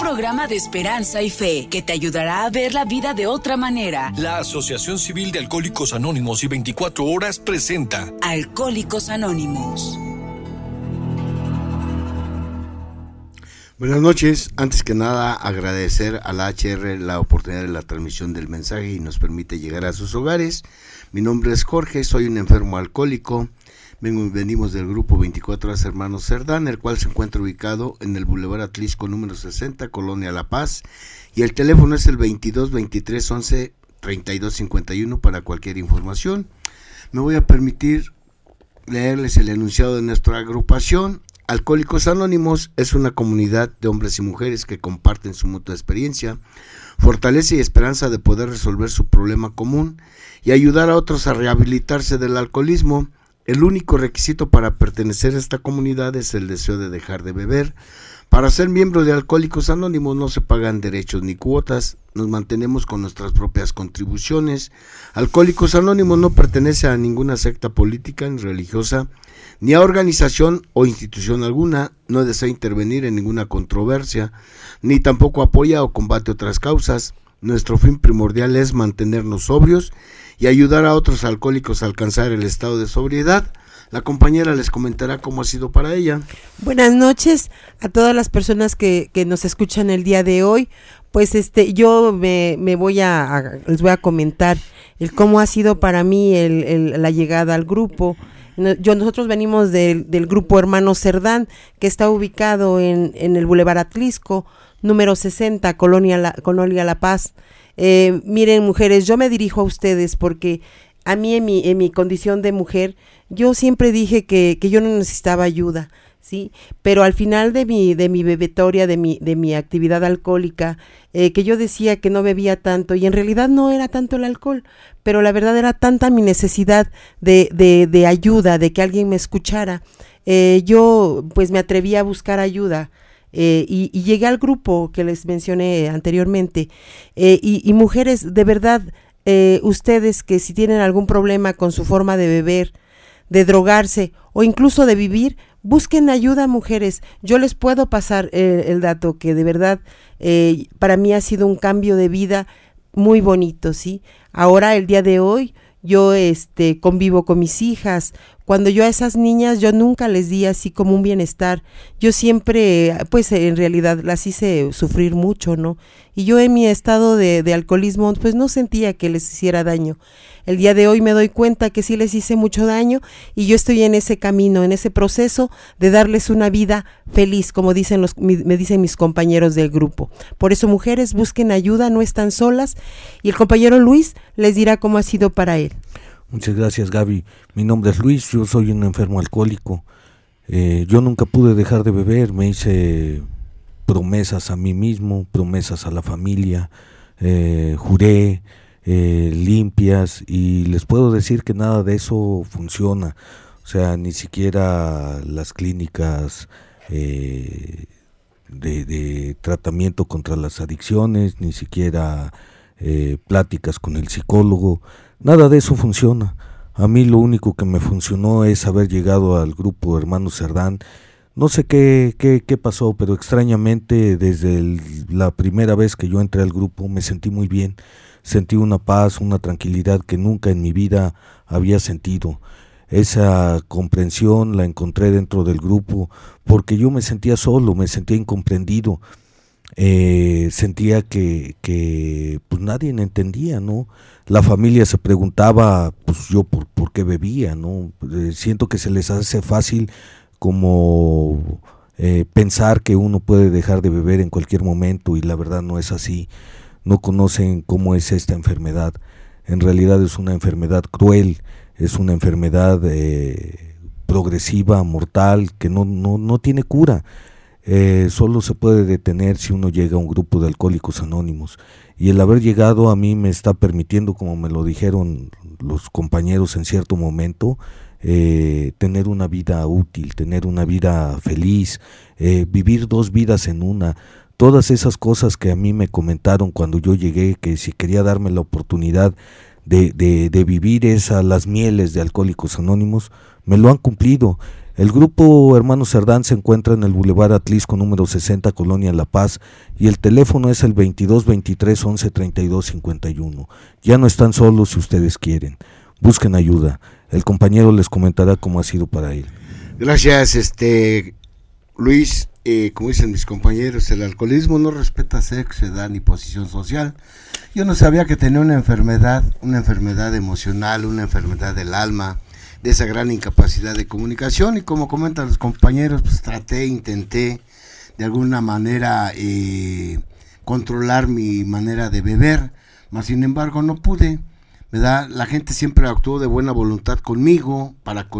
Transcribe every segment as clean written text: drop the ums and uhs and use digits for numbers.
programa de esperanza y fe que te ayudará a ver la vida de otra manera. La Asociación Civil de Alcohólicos Anónimos y 24 Horas presenta Alcohólicos Anónimos. Buenas noches. Antes que nada, agradecer a la HR la oportunidad de la transmisión del mensaje y nos permite llegar a sus hogares. Mi nombre es Jorge, soy un enfermo alcohólico. Venimos del grupo 24 Horas Hermanos Cerdán, el cual se encuentra ubicado en el Boulevard Atlisco número 60, Colonia La Paz, y el teléfono es el 22 23 11 32 51 para cualquier información. Me voy a permitir leerles el enunciado de nuestra agrupación. Alcohólicos Anónimos es una comunidad de hombres y mujeres que comparten su mutua experiencia, fortaleza y esperanza de poder resolver su problema común y ayudar a otros a rehabilitarse del alcoholismo. El único requisito para pertenecer a esta comunidad es el deseo de dejar de beber. Para ser miembro de Alcohólicos Anónimos no se pagan derechos ni cuotas, nos mantenemos con nuestras propias contribuciones. Alcohólicos Anónimos no pertenece a ninguna secta política ni religiosa, ni a organización o institución alguna, no desea intervenir en ninguna controversia, ni tampoco apoya o combate otras causas. Nuestro fin primordial es mantenernos sobrios y ayudar a otros alcohólicos a alcanzar el estado de sobriedad. La compañera les comentará cómo ha sido para ella. Buenas noches a todas las personas que nos escuchan el día de hoy. Pues yo les voy a comentar el cómo ha sido para mí la llegada al grupo. Nosotros venimos del grupo Hermanos Cerdán, que está ubicado en el Boulevard Atlisco, número 60, Colonia La Paz. Miren, mujeres, yo me dirijo a ustedes porque a mí en mi condición de mujer, yo siempre dije que yo no necesitaba ayuda, ¿sí? Pero al final de mi bebetoria, de mi actividad alcohólica, que yo decía que no bebía tanto, y en realidad no era tanto el alcohol, pero la verdad era tanta mi necesidad de ayuda, de que alguien me escuchara. Yo pues me atreví a buscar ayuda. Y llegué al grupo que les mencioné anteriormente, y mujeres, de verdad, ustedes que si tienen algún problema con su forma de beber, de drogarse o incluso de vivir, busquen ayuda, mujeres. Yo les puedo pasar el dato que de verdad para mí ha sido un cambio de vida muy bonito, ¿sí? Ahora, el día de hoy, yo convivo con mis hijas. Cuando yo a esas niñas, yo nunca les di así como un bienestar. Yo siempre, pues en realidad las hice sufrir mucho, ¿no? Y yo en mi estado de alcoholismo, pues no sentía que les hiciera daño. El día de hoy me doy cuenta que sí les hice mucho daño y yo estoy en ese camino, en ese proceso de darles una vida feliz, como me dicen mis compañeros del grupo. Por eso, mujeres, busquen ayuda, no están solas, y el compañero Luis les dirá cómo ha sido para él. Muchas gracias, Gaby. Mi nombre es Luis, yo soy un enfermo alcohólico. Yo nunca pude dejar de beber, me hice promesas a mí mismo, promesas a la familia, juré limpias, y les puedo decir que nada de eso funciona. O sea, ni siquiera las clínicas de tratamiento contra las adicciones, ni siquiera pláticas con el psicólogo, nada de eso funciona. A mí lo único que me funcionó es haber llegado al grupo Hermanos Cerdán. No sé qué pasó, pero extrañamente desde la primera vez que yo entré al grupo me sentí muy bien. Sentí una paz, una tranquilidad que nunca en mi vida había sentido. Esa comprensión la encontré dentro del grupo porque yo me sentía solo, me sentía incomprendido. Sentía que pues nadie me entendía, ¿no? La familia se preguntaba, pues yo por qué bebía, ¿no? Siento que se les hace fácil como pensar que uno puede dejar de beber en cualquier momento, y la verdad no es así. No conocen cómo es esta enfermedad. En realidad es una enfermedad cruel, es una enfermedad progresiva, mortal, que no tiene cura. Solo se puede detener si uno llega a un grupo de Alcohólicos Anónimos, y el haber llegado a mí me está permitiendo, como me lo dijeron los compañeros en cierto momento, tener una vida útil, tener una vida feliz, vivir dos vidas en una. Todas esas cosas que a mí me comentaron cuando yo llegué, que si quería darme la oportunidad de vivir las mieles de Alcohólicos Anónimos, me lo han cumplido. El grupo Hermanos Cerdán se encuentra en el Boulevard Atlisco número 60, Colonia La Paz, y el teléfono es el 22 23 11 32 51. Ya no están solos si ustedes quieren. Busquen ayuda. El compañero les comentará cómo ha sido para él. Gracias, Luis. Como dicen mis compañeros, el alcoholismo no respeta sexo, edad ni posición social. Yo no sabía que tenía una enfermedad emocional, una enfermedad del alma, de esa gran incapacidad de comunicación, y como comentan los compañeros, pues intenté de alguna manera controlar mi manera de beber, mas sin embargo no pude, ¿verdad? La gente siempre actuó de buena voluntad conmigo,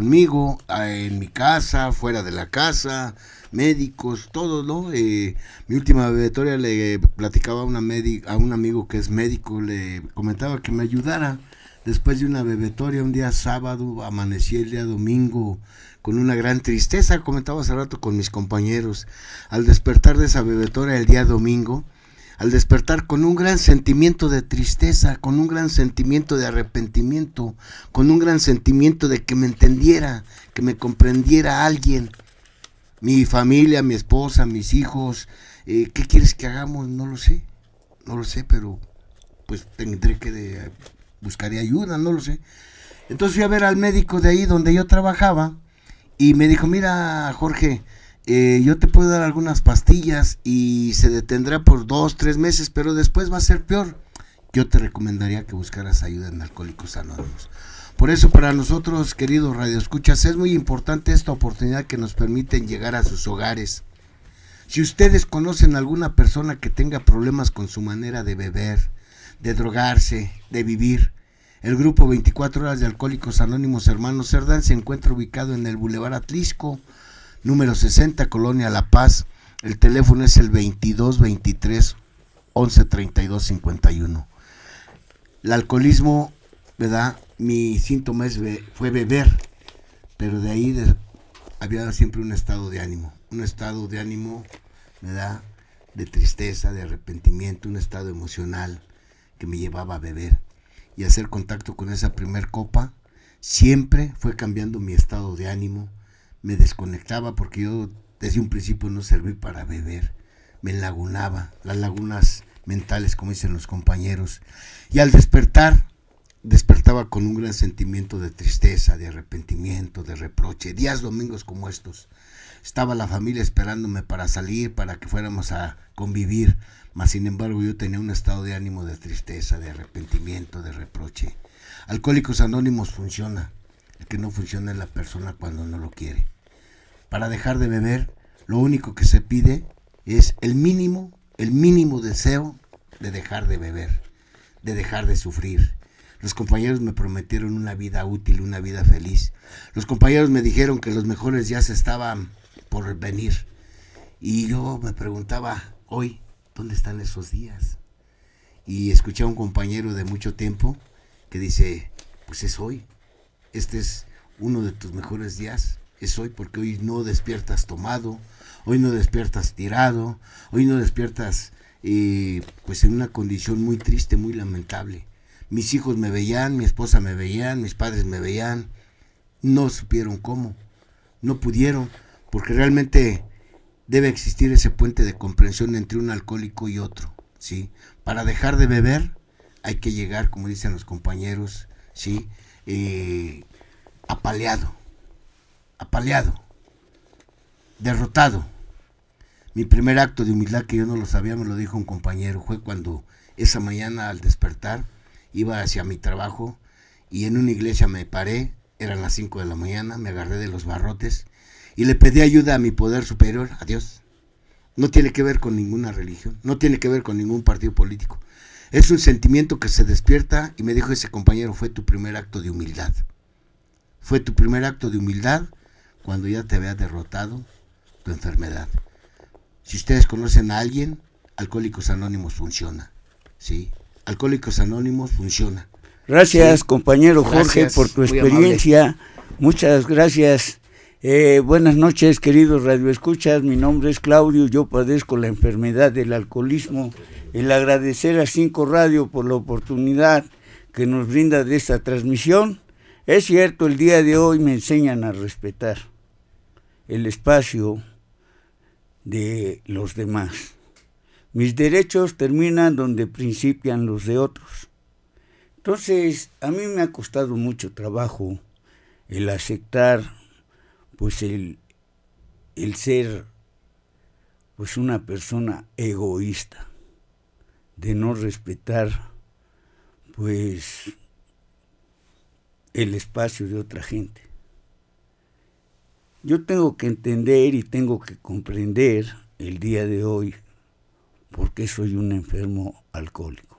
en mi casa, fuera de la casa, médicos, todo, ¿no? Mi última bebetoria le platicaba a un amigo que es médico, le comentaba que me ayudara. Después de una bebetoria, un día sábado, amanecí el día domingo con una gran tristeza, comentaba hace rato con mis compañeros. Al despertar de esa bebetoria el día domingo, al despertar con un gran sentimiento de tristeza, con un gran sentimiento de arrepentimiento, con un gran sentimiento de que me entendiera, que me comprendiera alguien, mi familia, mi esposa, mis hijos. ¿Qué quieres que hagamos? No lo sé, pero pues tendré que buscaré ayuda, no lo sé. Entonces fui a ver al médico de ahí donde yo trabajaba y me dijo, mira, Jorge, yo te puedo dar algunas pastillas y se detendrá por 2-3 meses, pero después va a ser peor. Yo te recomendaría que buscaras ayuda en Alcohólicos Anónimos. Por eso para nosotros, queridos radioescuchas, es muy importante esta oportunidad que nos permiten llegar a sus hogares. Si ustedes conocen a alguna persona que tenga problemas con su manera de beber, de drogarse, de vivir, el grupo 24 horas de Alcohólicos Anónimos Hermanos Cerdán se encuentra ubicado en el Boulevard Atlisco, número 60, Colonia La Paz. El teléfono es el 22 23 11 32 51. El alcoholismo, ¿verdad? Mi síntoma fue beber, pero de ahí había siempre un estado de ánimo, ¿verdad? De tristeza, de arrepentimiento, un estado emocional que me llevaba a beber, y hacer contacto con esa primer copa siempre fue cambiando mi estado de ánimo. Me desconectaba porque yo desde un principio no serví para beber, me enlagunaba, las lagunas mentales, como dicen los compañeros, y al despertaba con un gran sentimiento de tristeza, de arrepentimiento, de reproche. Días domingos como estos, estaba la familia esperándome para salir, para que fuéramos a convivir, mas sin embargo yo tenía un estado de ánimo de tristeza, de arrepentimiento, de reproche. Alcohólicos Anónimos funciona, el que no funciona es la persona cuando no lo quiere. Para dejar de beber, lo único que se pide es el mínimo deseo de dejar de beber, de dejar de sufrir. Los compañeros me prometieron una vida útil, una vida feliz. Los compañeros me dijeron que los mejores días estaban por venir. Y yo me preguntaba, hoy, ¿dónde están esos días? Y escuché a un compañero de mucho tiempo que dice, pues es hoy. Este es uno de tus mejores días. Es hoy, porque hoy no despiertas tomado, hoy no despiertas tirado, hoy no despiertas pues en una condición muy triste, muy lamentable. Mis hijos me veían, mi esposa me veían, mis padres me veían, no supieron cómo, no pudieron, porque realmente debe existir ese puente de comprensión entre un alcohólico y otro, ¿sí? Para dejar de beber hay que llegar, como dicen los compañeros, ¿sí? Apaleado, derrotado. Mi primer acto de humildad, que yo no lo sabía, me lo dijo un compañero, fue cuando esa mañana al despertar iba hacia mi trabajo y en una iglesia me paré, eran las 5 de la mañana, me agarré de los barrotes y le pedí ayuda a mi poder superior, a Dios. No tiene que ver con ninguna religión, no tiene que ver con ningún partido político. Es un sentimiento que se despierta, y me dijo ese compañero, fue tu primer acto de humildad. Fue tu primer acto de humildad cuando ya te había derrotado tu enfermedad. Si ustedes conocen a alguien, Alcohólicos Anónimos funciona, ¿sí? Alcohólicos Anónimos funciona. Gracias, sí, compañero Jorge, gracias, por tu experiencia. Amable. Muchas gracias. Buenas noches, queridos radioescuchas. Mi nombre es Claudio, yo padezco la enfermedad del alcoholismo. El agradecer a 5 Radio por la oportunidad que nos brinda de esta transmisión. Es cierto, el día de hoy me enseñan a respetar. el espacio de los demás. Mis derechos terminan donde principian los de otros. Entonces, a mí me ha costado mucho trabajo el aceptar, pues el ser, pues una persona egoísta, de no respetar, pues, el espacio de otra gente. Yo tengo que entender y tengo que comprender el día de hoy por qué soy un enfermo alcohólico.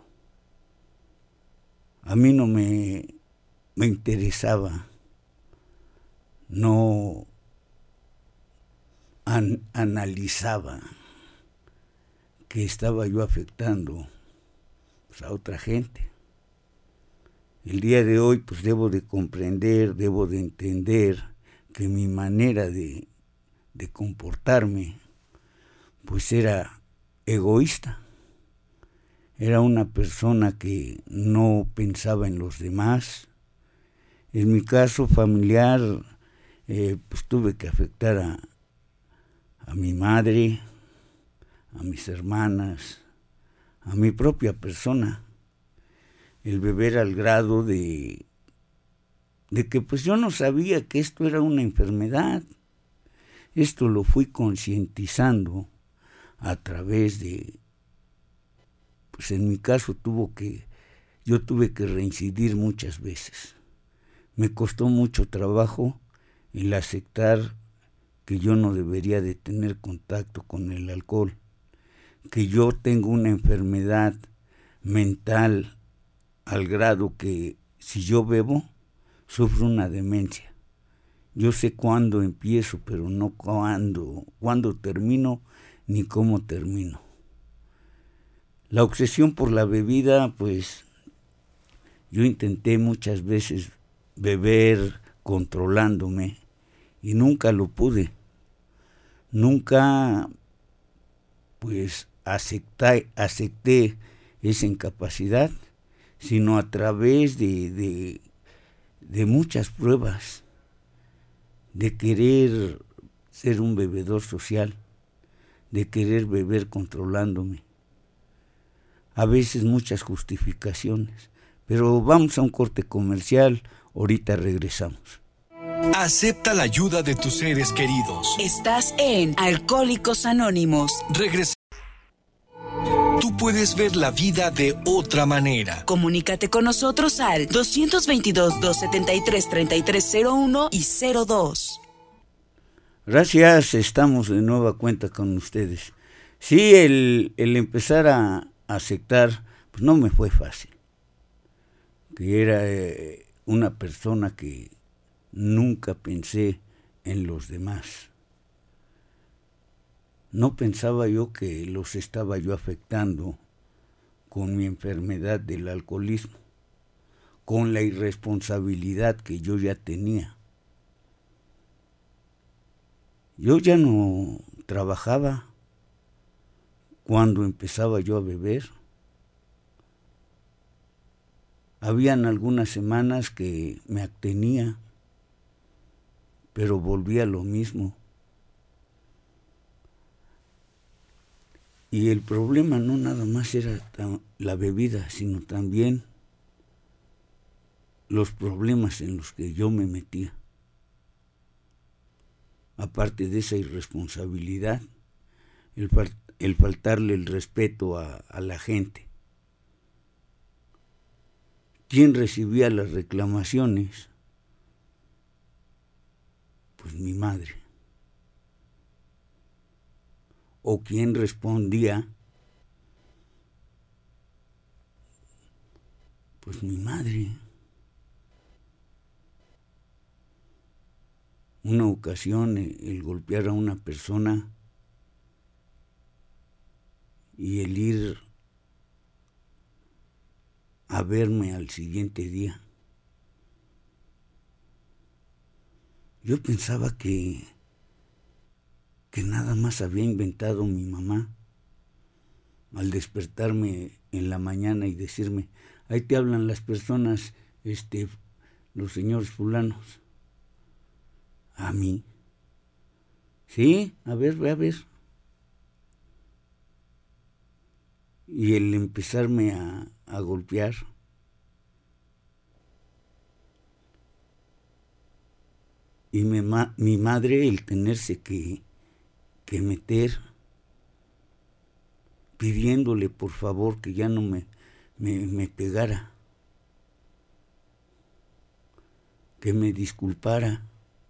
A mí no me interesaba, no analizaba que estaba yo afectando, pues, a otra gente. El día de hoy pues debo de comprender, debo de entender que mi manera de comportarme pues era egoísta. Era una persona que no pensaba en los demás. En mi caso familiar pues tuve que afectar a mi madre, a mis hermanas, a mi propia persona. El beber al grado de que pues yo no sabía que esto era una enfermedad. Esto lo fui concientizando a través de, pues en mi caso yo tuve que reincidir muchas veces. Me costó mucho trabajo el aceptar que yo no debería de tener contacto con el alcohol, que yo tengo una enfermedad mental al grado que si yo bebo, sufro una demencia. Yo sé cuándo empiezo, pero no cuándo termino, ni cómo termino. La obsesión por la bebida, pues, yo intenté muchas veces beber controlándome y nunca lo pude. Nunca, pues, acepté esa incapacidad, sino a través de muchas pruebas, de querer ser un bebedor social, de querer beber controlándome. A veces muchas justificaciones, pero vamos a un corte comercial, ahorita regresamos. Acepta la ayuda de tus seres queridos. Estás en Alcohólicos Anónimos. Regresa. Tú puedes ver la vida de otra manera. Comunícate con nosotros al 222-273-3301 y 02. Gracias, estamos de nueva cuenta con ustedes. Sí, el empezar a aceptar, pues no me fue fácil. Que era una persona que nunca pensé en los demás. No pensaba yo que los estaba yo afectando con mi enfermedad del alcoholismo, con la irresponsabilidad que yo ya tenía. Yo ya no trabajaba cuando empezaba yo a beber. Habían algunas semanas que me abstenía, pero volvía a lo mismo. Y el problema no nada más era la bebida, sino también los problemas en los que yo me metía. Aparte de esa irresponsabilidad, el faltarle el respeto a la gente. ¿Quién recibía las reclamaciones? Pues mi madre. ¿O quién respondía? Pues mi madre. Una ocasión el golpear a una persona y el ir a verme al siguiente día. Yo pensaba que nada más había inventado mi mamá al despertarme en la mañana y decirme, ahí te hablan las personas, los señores fulanos. A mí. Sí, a ver, ve a ver. Y el empezarme a golpear. Y mi madre el tenerse que meter, pidiéndole por favor que ya no me pegara, que me disculpara.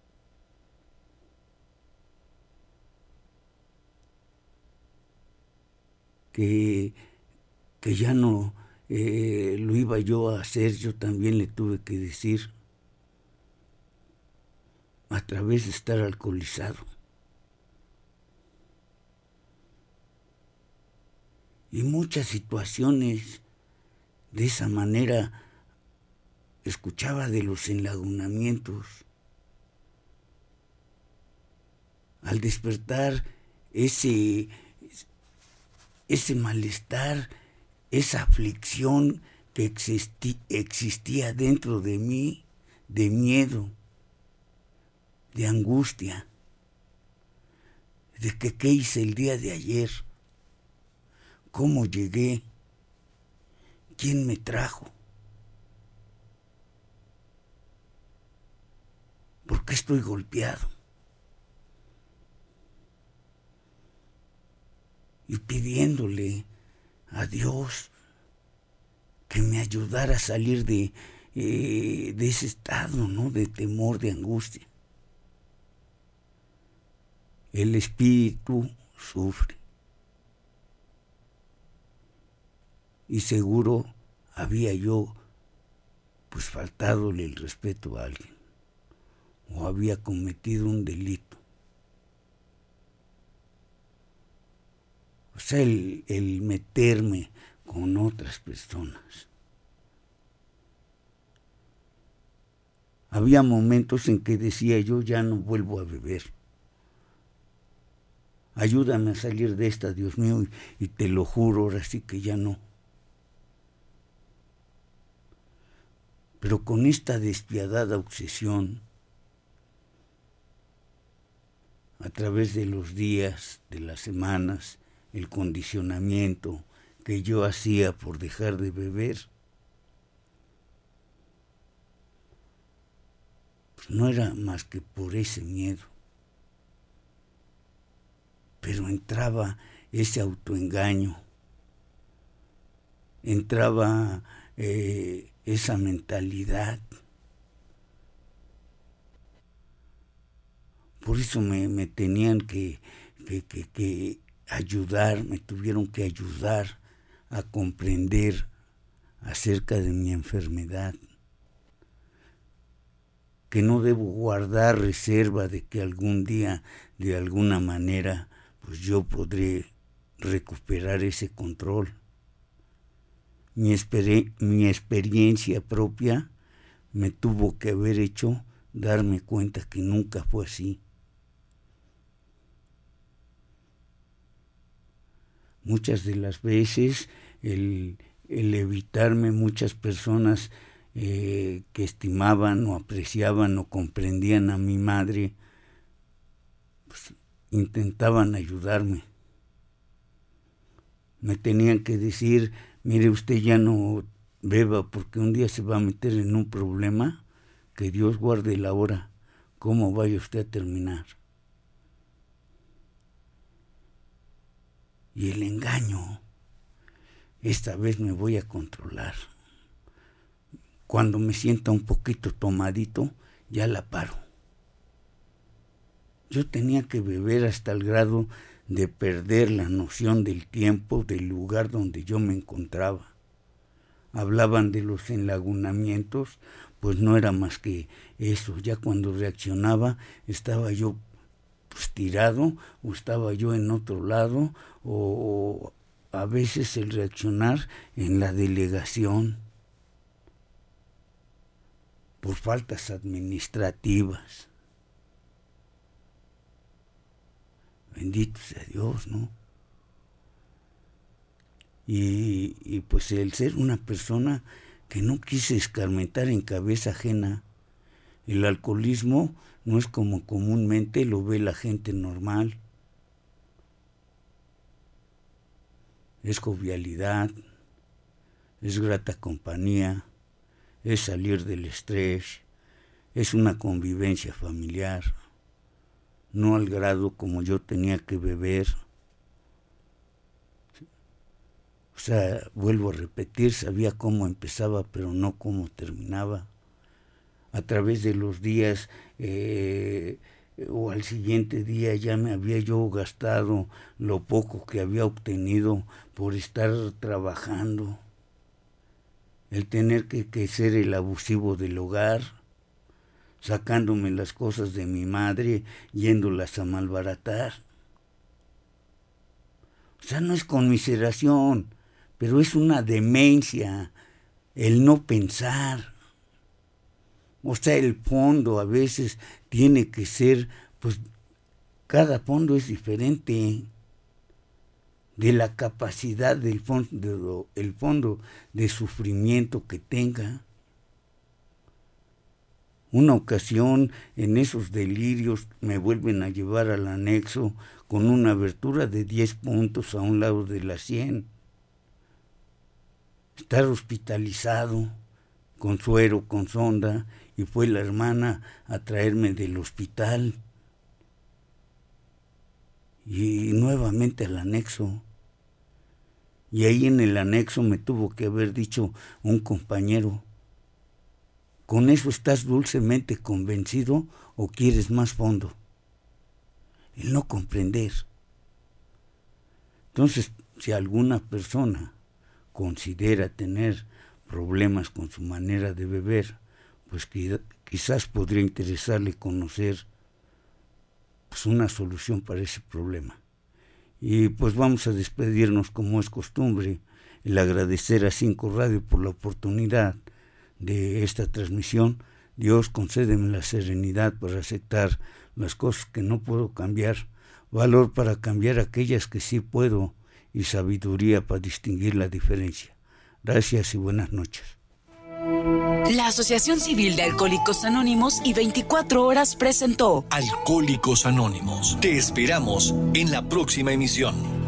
Que ya no lo iba yo a hacer, yo también le tuve que decir, a través de estar alcoholizado. Y muchas situaciones de esa manera escuchaba de los enlagunamientos. Al despertar ese malestar, esa aflicción que existía dentro de mí, de miedo, de angustia, de que qué hice el día de ayer, cómo llegué, quién me trajo, por qué estoy golpeado. Y pidiéndole a Dios que me ayudara a salir de ese estado, ¿no?, de temor, de angustia. El espíritu sufre. Y seguro había yo pues faltadole el respeto a alguien, o había cometido un delito. O sea, el meterme con otras personas. Había momentos en que decía yo, ya no vuelvo a beber. Ayúdame a salir de esta, Dios mío, y te lo juro, ahora sí que ya no. Pero con esta despiadada obsesión, a través de los días, de las semanas, el condicionamiento que yo hacía por dejar de beber, pues no era más que por ese miedo. Pero entraba ese autoengaño, entraba esa mentalidad. Por eso me tenían que ayudar, me tuvieron que ayudar a comprender acerca de mi enfermedad, que no debo guardar reserva de que algún día, de alguna manera, pues yo podré recuperar ese control. Mi experiencia propia me tuvo que haber hecho darme cuenta que nunca fue así. Muchas de las veces el evitarme, muchas personas que estimaban o apreciaban o comprendían a mi madre, pues, intentaban ayudarme. Me tenían que decir, mire, usted ya no beba porque un día se va a meter en un problema, que Dios guarde la hora, cómo vaya usted a terminar. Y el engaño, esta vez me voy a controlar. Cuando me sienta un poquito tomadito, ya la paro. Yo tenía que beber hasta el grado de perder la noción del tiempo, del lugar donde yo me encontraba. Hablaban de los enlagunamientos, pues no era más que eso. Ya cuando reaccionaba, estaba yo pues tirado, o estaba yo en otro lado, o a veces el reaccionar en la delegación por faltas administrativas. Bendito sea Dios, ¿no? Y pues el ser una persona que no quise escarmentar en cabeza ajena, El alcoholismo no es como comúnmente lo ve la gente normal. Es jovialidad, es grata compañía, es salir del estrés, es una convivencia familiar, no al grado como yo tenía que beber. O sea, vuelvo a repetir, sabía cómo empezaba, pero no cómo terminaba. A través de los días o al siguiente día ya me había yo gastado lo poco que había obtenido por estar trabajando. El tener que ser el abusivo del hogar, sacándome las cosas de mi madre, yéndolas a malbaratar. O sea, no es conmiseración, pero es una demencia el no pensar. O sea, el fondo a veces tiene que ser, pues, cada fondo es diferente de la capacidad del fondo, el fondo de sufrimiento que tenga. Una ocasión, en esos delirios, me vuelven a llevar al anexo con una abertura de 10 puntos a un lado de la 100. Estar hospitalizado, con suero, con sonda, y fue la hermana a traerme del hospital. Y nuevamente al anexo. Y ahí en el anexo me tuvo que haber dicho un compañero: ¿con eso estás dulcemente convencido o quieres más fondo? El no comprender. Entonces, si alguna persona considera tener problemas con su manera de beber, pues quizás podría interesarle conocer, pues, una solución para ese problema. Y pues vamos a despedirnos como es costumbre, el agradecer a 5 Radio por la oportunidad de esta transmisión. Dios, concédeme la serenidad para aceptar las cosas que no puedo cambiar, valor para cambiar aquellas que sí puedo y sabiduría para distinguir la diferencia. Gracias y buenas noches. La Asociación Civil de Alcohólicos Anónimos y 24 Horas presentó Alcohólicos Anónimos. Te esperamos en la próxima emisión.